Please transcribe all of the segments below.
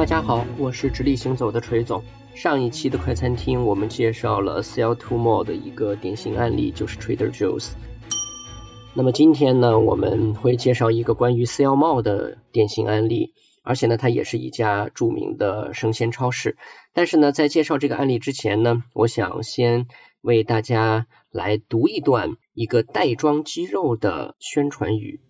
家好，我是直立行走的锤总。上一期的快餐厅我们介绍了 Sell to More 的一个典型案例，就是 Trader Joe's。那么今天呢，我们会介绍一个关于 Sell More 的典型案例，而且呢，它也是一家著名的生鲜超市。但是呢，在介绍这个案例之前呢，我想先为大家来读一段一个袋装鸡肉的宣传语。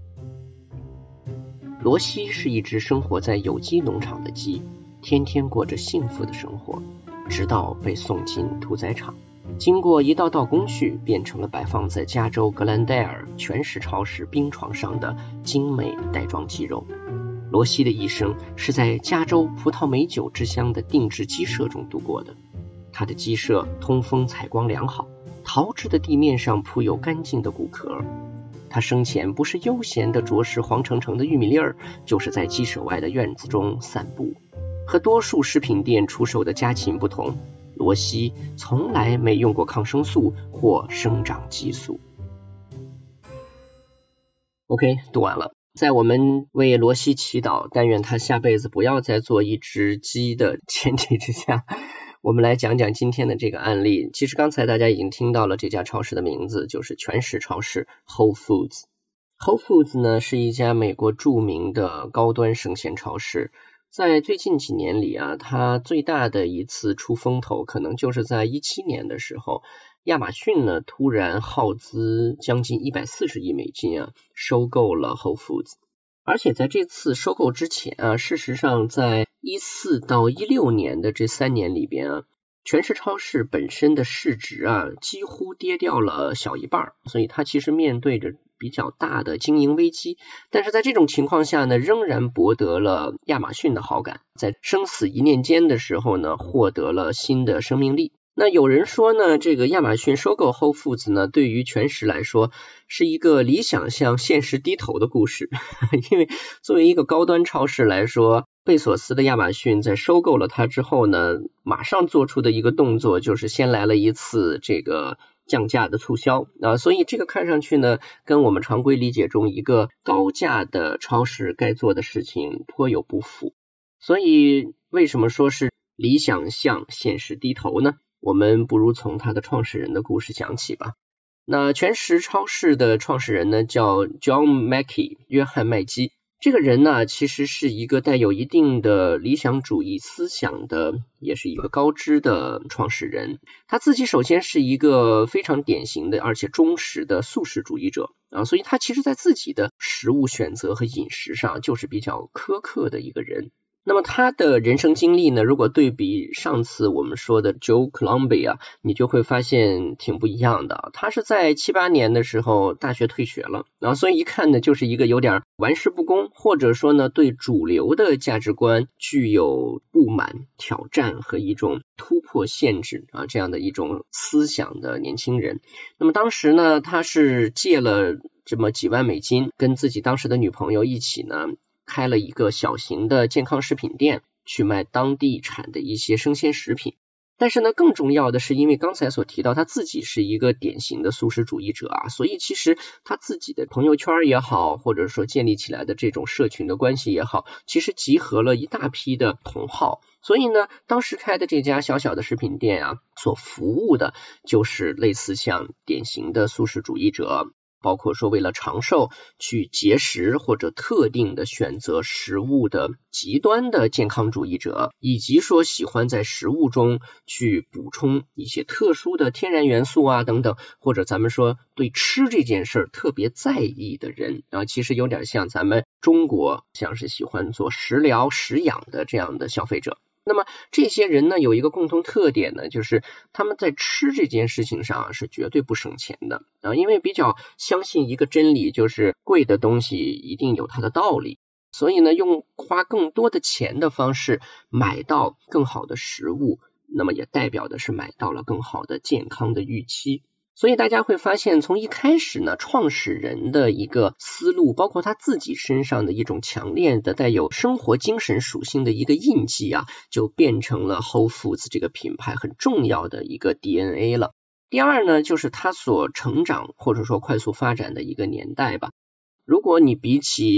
罗西是一只生活在有机农场的鸡，天天过着幸福的生活，直到被送进屠宰场，经过一道道工序，变成了摆放在加州格兰戴尔全食超市冰床上的精美袋装鸡肉。罗西的一生是在加州葡萄美酒之乡的定制鸡舍中度过的。他的鸡舍通风采光良好，陶制的地面上铺有干净的骨壳。他生前不是悠闲地啄食黄澄澄的玉米粒儿，就是在鸡舍外的院子中散步。和多数食品店出售的家禽不同，罗西从来没用过抗生素或生长激素。OK， 读完了。在我们为罗西祈祷，但愿他下辈子不要再做一只鸡的前提之下，我们来讲讲今天的这个案例。其实刚才大家已经听到了这家超市的名字，就是全食超市 Whole Foods。Whole Foods 呢是一家美国著名的高端生鲜超市。在最近几年里啊，它最大的一次出风头可能就是在2017年的时候，亚马逊呢突然耗资将近140亿美金啊，收购了 Whole Foods。而且在这次收购之前啊，事实上在14到16年的这3年里边啊，全食超市本身的市值啊几乎跌掉了小一半，所以它其实面对着比较大的经营危机。但是在这种情况下呢，仍然博得了亚马逊的好感，在生死一念间的时候呢，获得了新的生命力。那有人说呢，这个亚马逊收购 Whole Foods 呢，对于全食来说是一个理想向现实低头的故事。因为作为一个高端超市来说，贝索斯的亚马逊在收购了它之后呢，马上做出的一个动作就是先来了一次这个降价的促销啊，所以这个看上去呢，跟我们常规理解中一个高价的超市该做的事情颇有不符。所以为什么说是理想向现实低头呢？我们不如从它的创始人的故事讲起吧。那全食超市的创始人呢，叫 John Mackey， 约翰麦基。这个人呢，其实是一个带有一定的理想主义思想的，也是一个高知的创始人。他自己首先是一个非常典型的而且忠实的素食主义者啊，所以他其实在自己的食物选择和饮食上就是比较苛刻的一个人。那么他的人生经历呢，如果对比上次我们说的 Joe Columbia， 你就会发现挺不一样的。他是在78年的时候大学退学了，然后所以一看呢，就是一个有点玩世不恭，或者说呢对主流的价值观具有不满、挑战和一种突破限制啊这样的一种思想的年轻人。那么当时呢，他是借了这么几万美金，跟自己当时的女朋友一起呢开了一个小型的健康食品店，去卖当地产的一些生鲜食品。但是呢，更重要的是，因为刚才所提到他自己是一个典型的素食主义者啊，所以其实他自己的朋友圈也好，或者说建立起来的这种社群的关系也好，其实集合了一大批的同好。所以呢，当时开的这家小小的食品店啊，所服务的就是类似像典型的素食主义者，包括说为了长寿去节食或者特定的选择食物的极端的健康主义者，以及说喜欢在食物中去补充一些特殊的天然元素啊等等，或者咱们说对吃这件事特别在意的人啊，其实有点像咱们中国像是喜欢做食疗食养的这样的消费者。那么这些人呢，有一个共同特点呢，就是他们在吃这件事情上是绝对不省钱的啊，因为比较相信一个真理，就是贵的东西一定有它的道理，所以呢，用花更多的钱的方式买到更好的食物，那么也代表的是买到了更好的健康的预期。所以大家会发现，从一开始呢，创始人的一个思路，包括他自己身上的一种强烈的带有生活精神属性的一个印记啊，就变成了 Whole Foods 这个品牌很重要的一个 DNA 了。第二呢，就是它所成长或者说快速发展的一个年代吧。如果你比起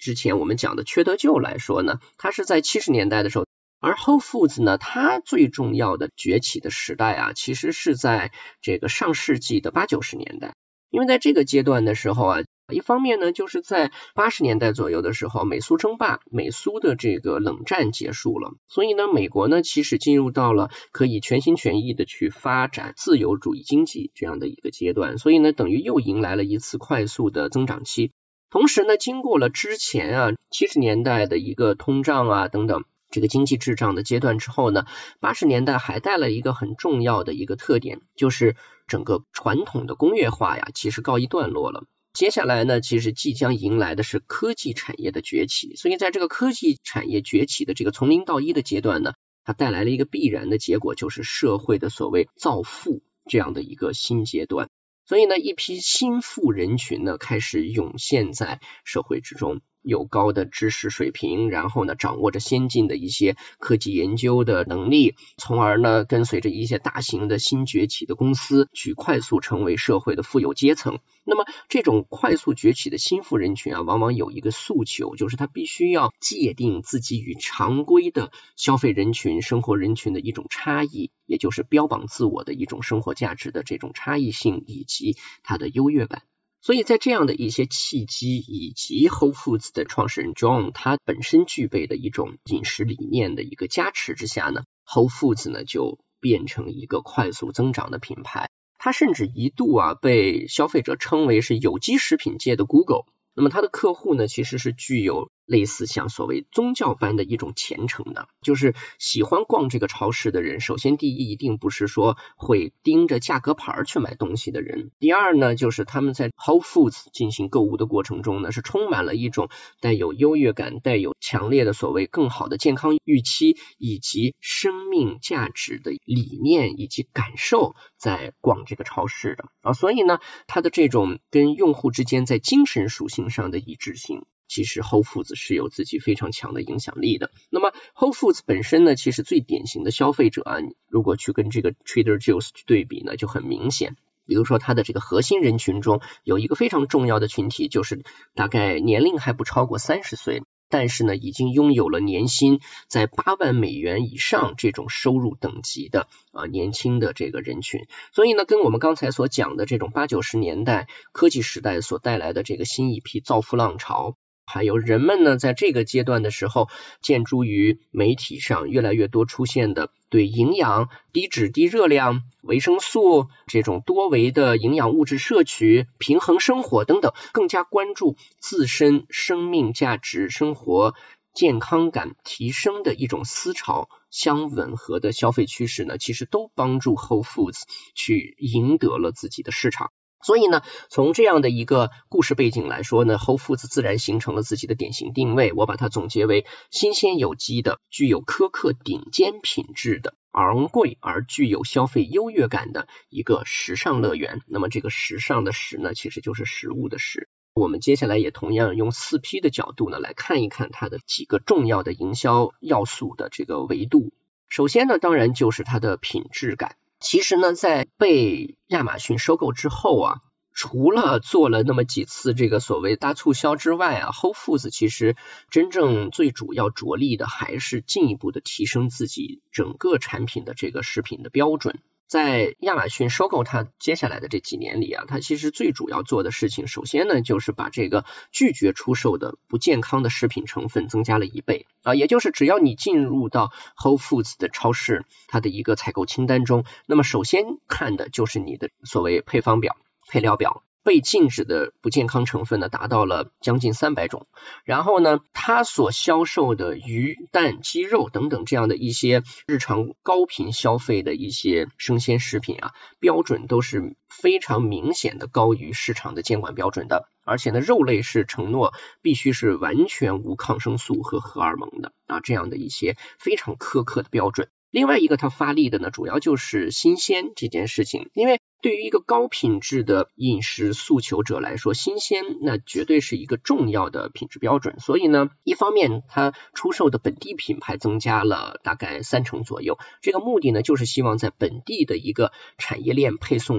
之前我们讲的缺德舅来说呢，它是在70年代的时候，而 Whole Foods 呢，它最重要的崛起的时代啊，其实是在这个上世纪的80、90年代。因为在这个阶段的时候啊，一方面呢，就是在80年代左右的时候，美苏争霸，美苏的这个冷战结束了，所以呢，美国呢其实进入到了可以全心全意的去发展自由主义经济这样的一个阶段，所以呢，等于又迎来了一次快速的增长期。同时呢，经过了之前啊70年代的一个通胀啊等等这个经济滞胀的阶段之后呢，80年代还带了一个很重要的一个特点，就是整个传统的工业化呀，其实告一段落了。接下来呢，其实即将迎来的是科技产业的崛起，所以在这个科技产业崛起的这个从零到一的阶段呢，它带来了一个必然的结果，就是社会的所谓造富这样的一个新阶段。所以呢，一批新富人群呢开始涌现在社会之中，有高的知识水平，然后呢掌握着先进的一些科技研究的能力，从而呢跟随着一些大型的新崛起的公司去快速成为社会的富有阶层。那么这种快速崛起的新富人群啊，往往有一个诉求，就是他必须要界定自己与常规的消费人群、生活人群的一种差异，也就是标榜自我的一种生活价值的这种差异性以及它的优越感。所以在这样的一些契机以及 Whole Foods 的创始人 John 他本身具备的一种饮食理念的一个加持之下呢， Whole Foods 呢就变成一个快速增长的品牌。它甚至一度啊被消费者称为是有机食品界的 Google。那么它的客户呢，其实是具有类似像所谓宗教般的一种虔诚的，就是喜欢逛这个超市的人，首先第一，一定不是说会盯着价格牌去买东西的人，第二呢，就是他们在 Whole Foods 进行购物的过程中呢，是充满了一种带有优越感、带有强烈的所谓更好的健康预期以及生命价值的理念以及感受在逛这个超市的所以呢，它的这种跟用户之间在精神属性上的一致性，其实 Whole Foods 是有自己非常强的影响力的。那么 Whole Foods 本身呢，其实最典型的消费者啊，如果去跟这个 Trader Joe's 去对比呢，就很明显。比如说它的这个核心人群中有一个非常重要的群体，就是大概年龄还不超过30岁，但是呢已经拥有了年薪在8万美元以上这种收入等级的年轻的这个人群。所以呢，跟我们刚才所讲的这种80、90年代科技时代所带来的这个新一批造富浪潮，还有人们呢在这个阶段的时候见诸于媒体上越来越多出现的对营养、低脂低热量、维生素这种多维的营养物质摄取、平衡生活等等，更加关注自身生命价值、生活健康感提升的一种思潮相吻合的消费趋势呢，其实都帮助 Whole Foods 去赢得了自己的市场。所以呢，从这样的一个故事背景来说呢， Whole Foods 自然形成了自己的典型定位，我把它总结为新鲜有机的、具有苛刻顶尖品质的、昂贵而具有消费优越感的一个时尚乐园。那么这个时尚的时呢，其实就是食物的食。我们接下来也同样用4P 的角度呢，来看一看它的几个重要的营销要素的这个维度。首先呢，当然就是它的品质感。其实呢，在被亚马逊收购之后啊，除了做了那么几次这个所谓大促销之外啊， Whole Foods 其实真正最主要着力的还是进一步的提升自己整个产品的这个食品的标准。在亚马逊收购它接下来的这几年里啊，它其实最主要做的事情，首先呢就是把这个拒绝出售的不健康的食品成分增加了1倍也就是只要你进入到 Whole Foods 的超市，它的一个采购清单中，那么首先看的就是你的所谓配方表、配料表，被禁止的不健康成分呢达到了将近300种，然后呢，它所销售的鱼、蛋、鸡肉等等这样的一些日常高频消费的一些生鲜食品啊，标准都是非常明显的高于市场的监管标准的，而且呢，肉类是承诺必须是完全无抗生素和荷尔蒙的这样的一些非常苛刻的标准。另外一个它发力的呢，主要就是新鲜这件事情，因为对于一个高品质的饮食诉求者来说，新鲜那绝对是一个重要的品质标准。所以呢，一方面它出售的本地品牌增加了大概30%左右，这个目的呢就是希望在本地的一个产业链、配送链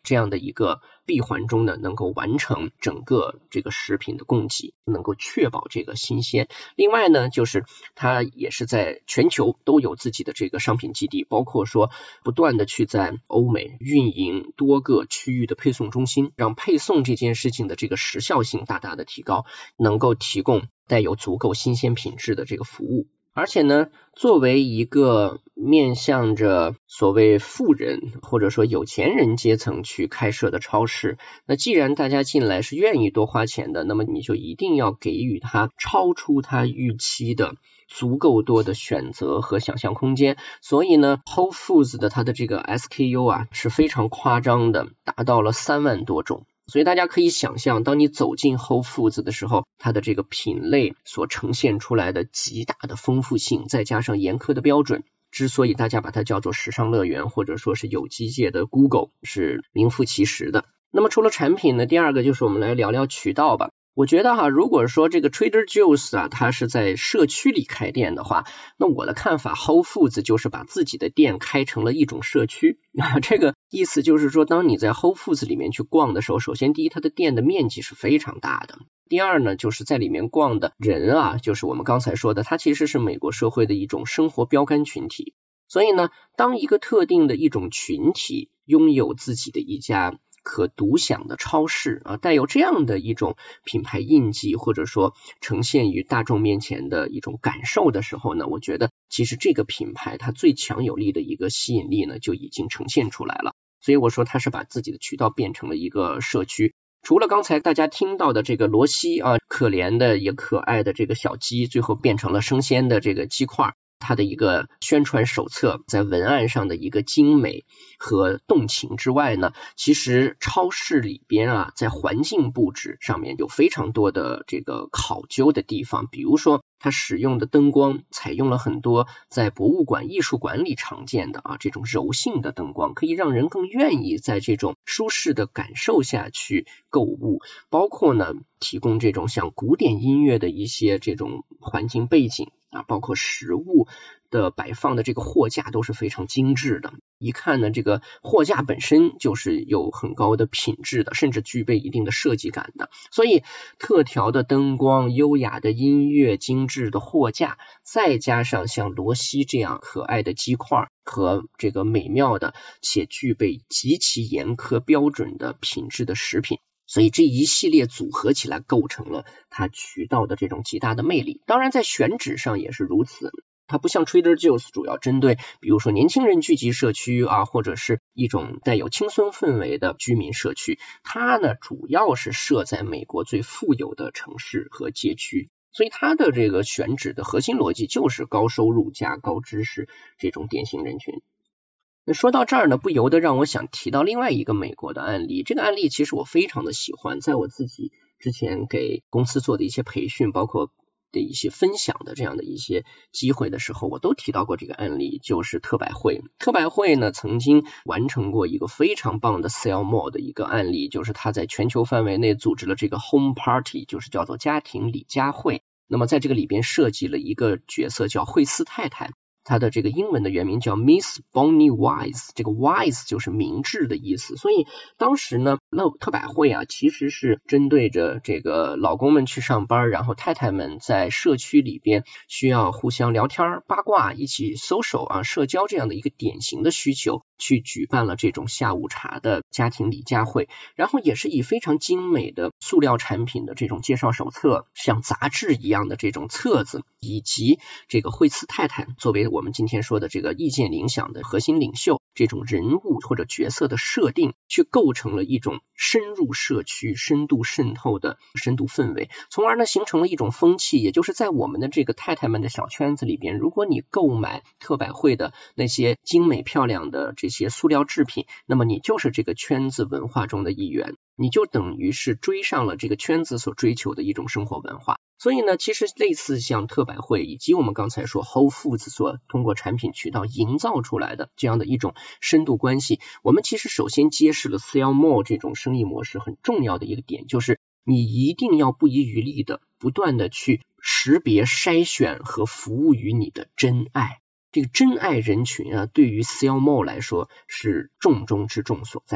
这样的一个闭环中呢，能够完成整个这个食品的供给，能够确保这个新鲜。另外呢，就是它也是在全球都有自己的这个商品基地，包括说不断的去在欧美运营多个区域的配送中心，让配送这件事情的这个时效性大大的提高，能够提供带有足够新鲜品质的这个服务。而且呢，作为一个面向着所谓富人或者说有钱人阶层去开设的超市，那既然大家进来是愿意多花钱的，那么你就一定要给予他超出他预期的足够多的选择和想象空间。所以呢 Whole Foods 的它的这个 SKU 啊是非常夸张的，达到了3万多种。所以大家可以想象，当你走进 Whole Foods 的时候，它的这个品类所呈现出来的极大的丰富性，再加上严苛的标准，之所以大家把它叫做时尚乐园，或者说是有机界的 Google， 是名副其实的。那么除了产品呢，第二个就是我们来聊聊渠道吧。我觉得如果说这个 Trader Joe's 啊，它是在社区里开店的话，那我的看法 Whole Foods 就是把自己的店开成了一种社区。这个意思就是说，当你在 Whole Foods 里面去逛的时候，首先第一，它的店的面积是非常大的。第二呢，就是在里面逛的人啊，就是我们刚才说的，它其实是美国社会的一种生活标杆群体。所以呢，当一个特定的一种群体拥有自己的一家可独享的超市啊，带有这样的一种品牌印记，或者说呈现于大众面前的一种感受的时候呢，我觉得其实这个品牌它最强有力的一个吸引力呢就已经呈现出来了。所以我说它是把自己的渠道变成了一个社区。除了刚才大家听到的这个罗西啊，可怜的也可爱的这个小鸡，最后变成了生鲜的这个鸡块，它的一个宣传手册在文案上的一个精美和动情之外呢，其实超市里边啊，在环境布置上面有非常多的这个考究的地方。比如说它使用的灯光采用了很多在博物馆艺术馆里常见的这种柔性的灯光，可以让人更愿意在这种舒适的感受下去购物。包括呢提供这种像古典音乐的一些这种环境背景包括食物的摆放的这个货架都是非常精致的，一看呢这个货架本身就是有很高的品质的，甚至具备一定的设计感的。所以特调的灯光、优雅的音乐、精致的货架，再加上像罗西这样可爱的鸡块和这个美妙的且具备极其严苛标准的品质的食品，所以这一系列组合起来构成了它渠道的这种极大的魅力。当然在选址上也是如此，它不像 Trader Joe's 主要针对比如说年轻人聚集社区或者是一种带有青春氛围的居民社区，它呢主要是设在美国最富有的城市和街区。所以它的这个选址的核心逻辑就是高收入加高知识这种典型人群。那说到这儿呢，不由得让我想提到另外一个美国的案例。这个案例其实我非常的喜欢，在我自己之前给公司做的一些培训，包括的一些分享的这样的一些机会的时候，我都提到过这个案例，就是特百惠。特百惠呢曾经完成过一个非常棒的 Sell More 的一个案例，就是他在全球范围内组织了这个 Home Party， 就是叫做家庭礼家会。那么在这个里边设计了一个角色叫惠斯太太，它的这个英文的原名叫 Miss Bonnie Wise， 这个 Wise 就是明智的意思。所以当时呢特百惠其实是针对着这个老公们去上班，然后太太们在社区里边需要互相聊天八卦，一起 social 社交这样的一个典型的需求，去举办了这种下午茶的家庭礼家会。然后也是以非常精美的塑料产品的这种介绍手册，像杂志一样的这种册子，以及这个惠斯太太作为我们今天说的这个意见领响的核心领袖，这种人物或者角色的设定，去构成了一种深入社区、深度渗透的深度氛围，从而呢形成了一种风气，也就是在我们的这个太太们的小圈子里边，如果你购买特百惠的那些精美漂亮的这些塑料制品，那么你就是这个圈子文化中的一员，你就等于是追上了这个圈子所追求的一种生活文化。所以呢，其实类似像特百惠以及我们刚才说 Whole Foods 所通过产品渠道营造出来的这样的一种深度关系，我们其实首先揭示了 Sell More 这种生意模式很重要的一个点，就是你一定要不遗余力的不断的去识别、筛选和服务于你的真爱。这个真爱人群对于 Sell More 来说是重中之重所在。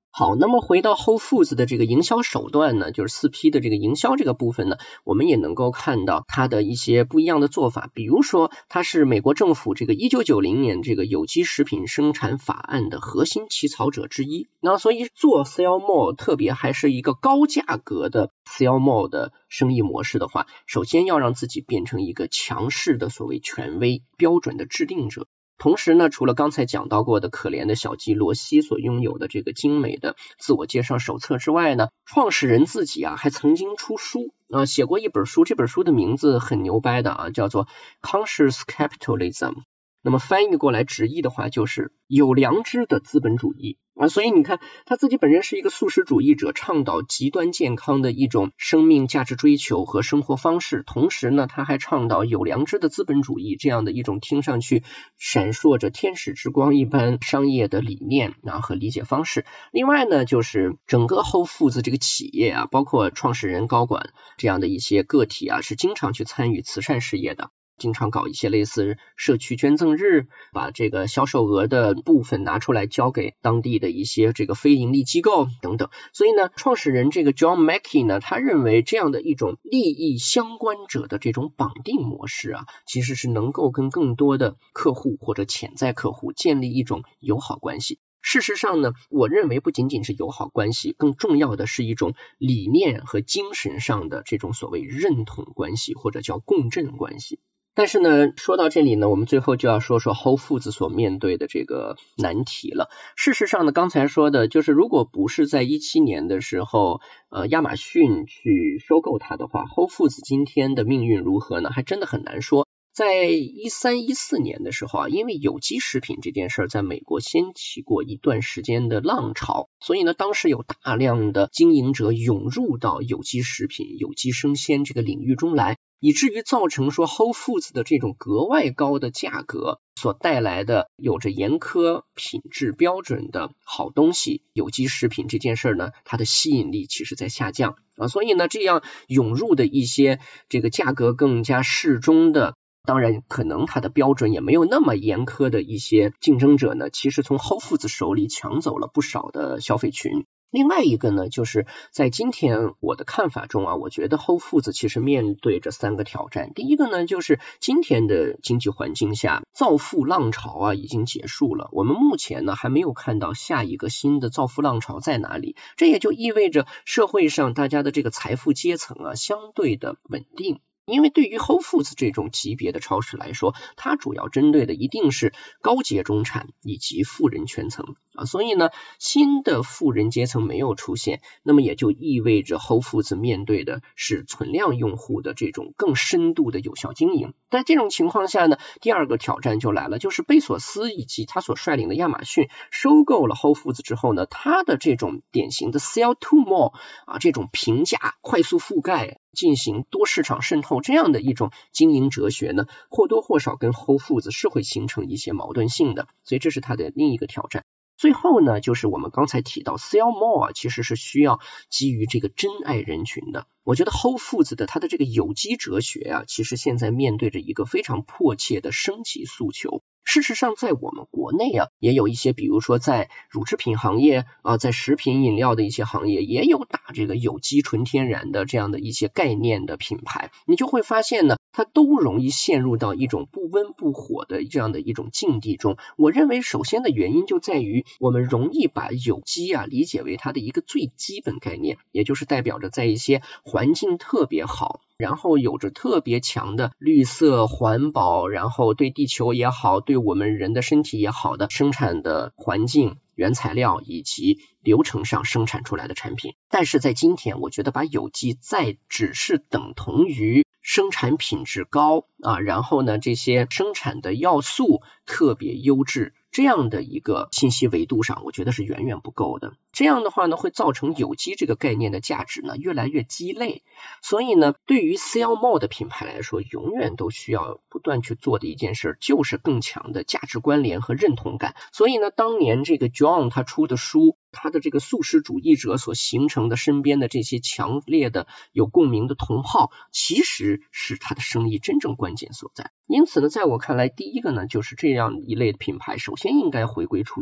好，那么回到 Whole Foods 的这个营销手段呢，就是4P 的这个营销这个部分呢，我们也能够看到它的一些不一样的做法。比如说，它是美国政府这个1990年这个有机食品生产法案的核心起草者之一。那所以做 Sell More， 特别还是一个高价格的 Sell More 的生意模式的话，首先要让自己变成一个强势的所谓权威标准的制定者。同时呢，除了刚才讲到过的可怜的小鸡罗西所拥有的这个精美的自我介绍手册之外呢，创始人自己还曾经出书写过一本书，这本书的名字很牛掰的叫做 Conscious Capitalism。那么翻译过来直译的话就是有良知的资本主义所以你看他自己本人是一个素食主义者，倡导极端健康的一种生命价值追求和生活方式，同时呢他还倡导有良知的资本主义这样的一种听上去闪烁着天使之光一般商业的理念和理解方式。另外呢就是整个 Whole Foods 这个企业包括创始人高管这样的一些个体是经常去参与慈善事业的，经常搞一些类似社区捐赠日，把这个销售额的部分拿出来交给当地的一些这个非盈利机构等等。所以呢，创始人这个 John Mackey 呢，他认为这样的一种利益相关者的这种绑定模式其实是能够跟更多的客户或者潜在客户建立一种友好关系。事实上呢，我认为不仅仅是友好关系，更重要的是一种理念和精神上的这种所谓认同关系，或者叫共振关系。但是呢，说到这里呢，我们最后就要说说 Whole Foods 所面对的这个难题了。事实上呢，刚才说的就是如果不是在17年的时候亚马逊去收购它的话， Whole Foods 今天的命运如何呢？还真的很难说。在13、14年的时候因为有机食品这件事在美国掀起过一段时间的浪潮，所以呢当时有大量的经营者涌入到有机食品、有机生鲜这个领域中来，以至于造成说 Whole Foods 的这种格外高的价格所带来的有着严苛品质标准的好东西，有机食品这件事呢，它的吸引力其实在下降所以呢这样涌入的一些这个价格更加适中的，当然可能它的标准也没有那么严苛的一些竞争者呢，其实从 Whole Foods 手里抢走了不少的消费群。另外一个呢，就是在今天我的看法中我觉得 Whole Foods 其实面对着3个挑战。第一个呢，就是今天的经济环境下造富浪潮已经结束了，我们目前呢还没有看到下一个新的造富浪潮在哪里，这也就意味着社会上大家的这个财富阶层相对的稳定。因为对于 Whole Foods 这种级别的超市来说，它主要针对的一定是高阶中产以及富人圈层所以呢新的富人阶层没有出现，那么也就意味着 Whole Foods 面对的是存量用户的这种更深度的有效经营。在这种情况下呢，第二个挑战就来了，就是贝索斯以及他所率领的亚马逊收购了 Whole Foods 之后呢，他的这种典型的 sell to more 这种平价快速覆盖进行多市场渗透这样的一种经营哲学呢，或多或少跟 Whole Foods 是会形成一些矛盾性的，所以这是它的另一个挑战。最后呢，就是我们刚才提到 Sell More 其实是需要基于这个真爱人群的。我觉得 Whole Foods 的它的这个有机哲学其实现在面对着一个非常迫切的升级诉求。事实上在我们国内也有一些，比如说在乳制品行业在食品饮料的一些行业也有打这个有机纯天然的这样的一些概念的品牌，你就会发现呢，它都容易陷入到一种不温不火的这样的一种境地中。我认为首先的原因就在于我们容易把有机理解为它的一个最基本概念，也就是代表着在一些环境特别好，然后有着特别强的绿色环保，然后对地球也好，对我们人的身体也好的生产的环境、原材料以及流程上生产出来的产品。但是在今天我觉得把有机再只是等同于生产品质高然后呢这些生产的要素特别优质这样的一个信息维度上，我觉得是远远不够的。这样的话呢，会造成有机这个概念的价值呢越来越鸡肋。所以呢，对于 Sell More 的品牌来说，永远都需要不断去做的一件事，就是更强的价值关联和认同感。所以呢，当年这个 John 他出的书，他的这个素食主义者所形成的身边的这些强烈的有共鸣的同好，其实是他的生意真正关键所在。因此呢，在我看来，第一个呢，就是这样一类的品牌首先应该回归初心，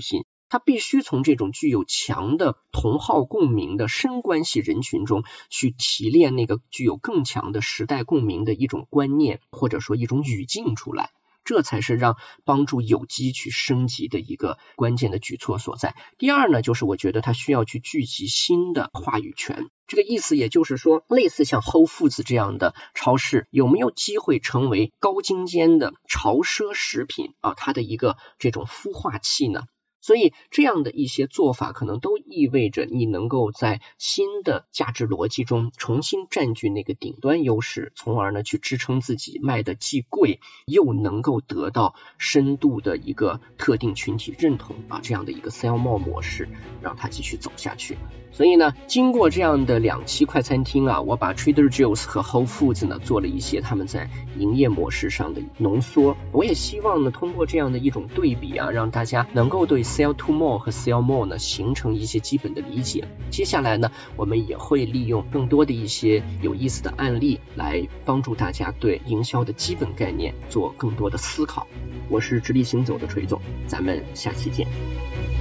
它必须从这种具有强的同好共鸣的深关系人群中去提炼那个具有更强的时代共鸣的一种观念，或者说一种语境出来，这才是让帮助有机去升级的一个关键的举措所在。第二呢，就是我觉得它需要去聚集新的话语权。这个意思也就是说，类似像 Whole Foods 这样的超市有没有机会成为高精尖的潮奢食品它的一个这种孵化器呢？所以这样的一些做法可能都意味着你能够在新的价值逻辑中重新占据那个顶端优势，从而呢去支撑自己卖的既贵又能够得到深度的一个特定群体认同这样的一个 sell more 模式，让它继续走下去。所以呢，经过这样的2期快餐厅我把 Trader Joe's 和 Whole Foods 呢做了一些他们在营业模式上的浓缩。我也希望呢通过这样的一种对比让大家能够对 Sell to More 和 Sell More 呢形成一些基本的理解。接下来呢，我们也会利用更多的一些有意思的案例来帮助大家对营销的基本概念做更多的思考。我是直立行走的锤总，咱们下期见。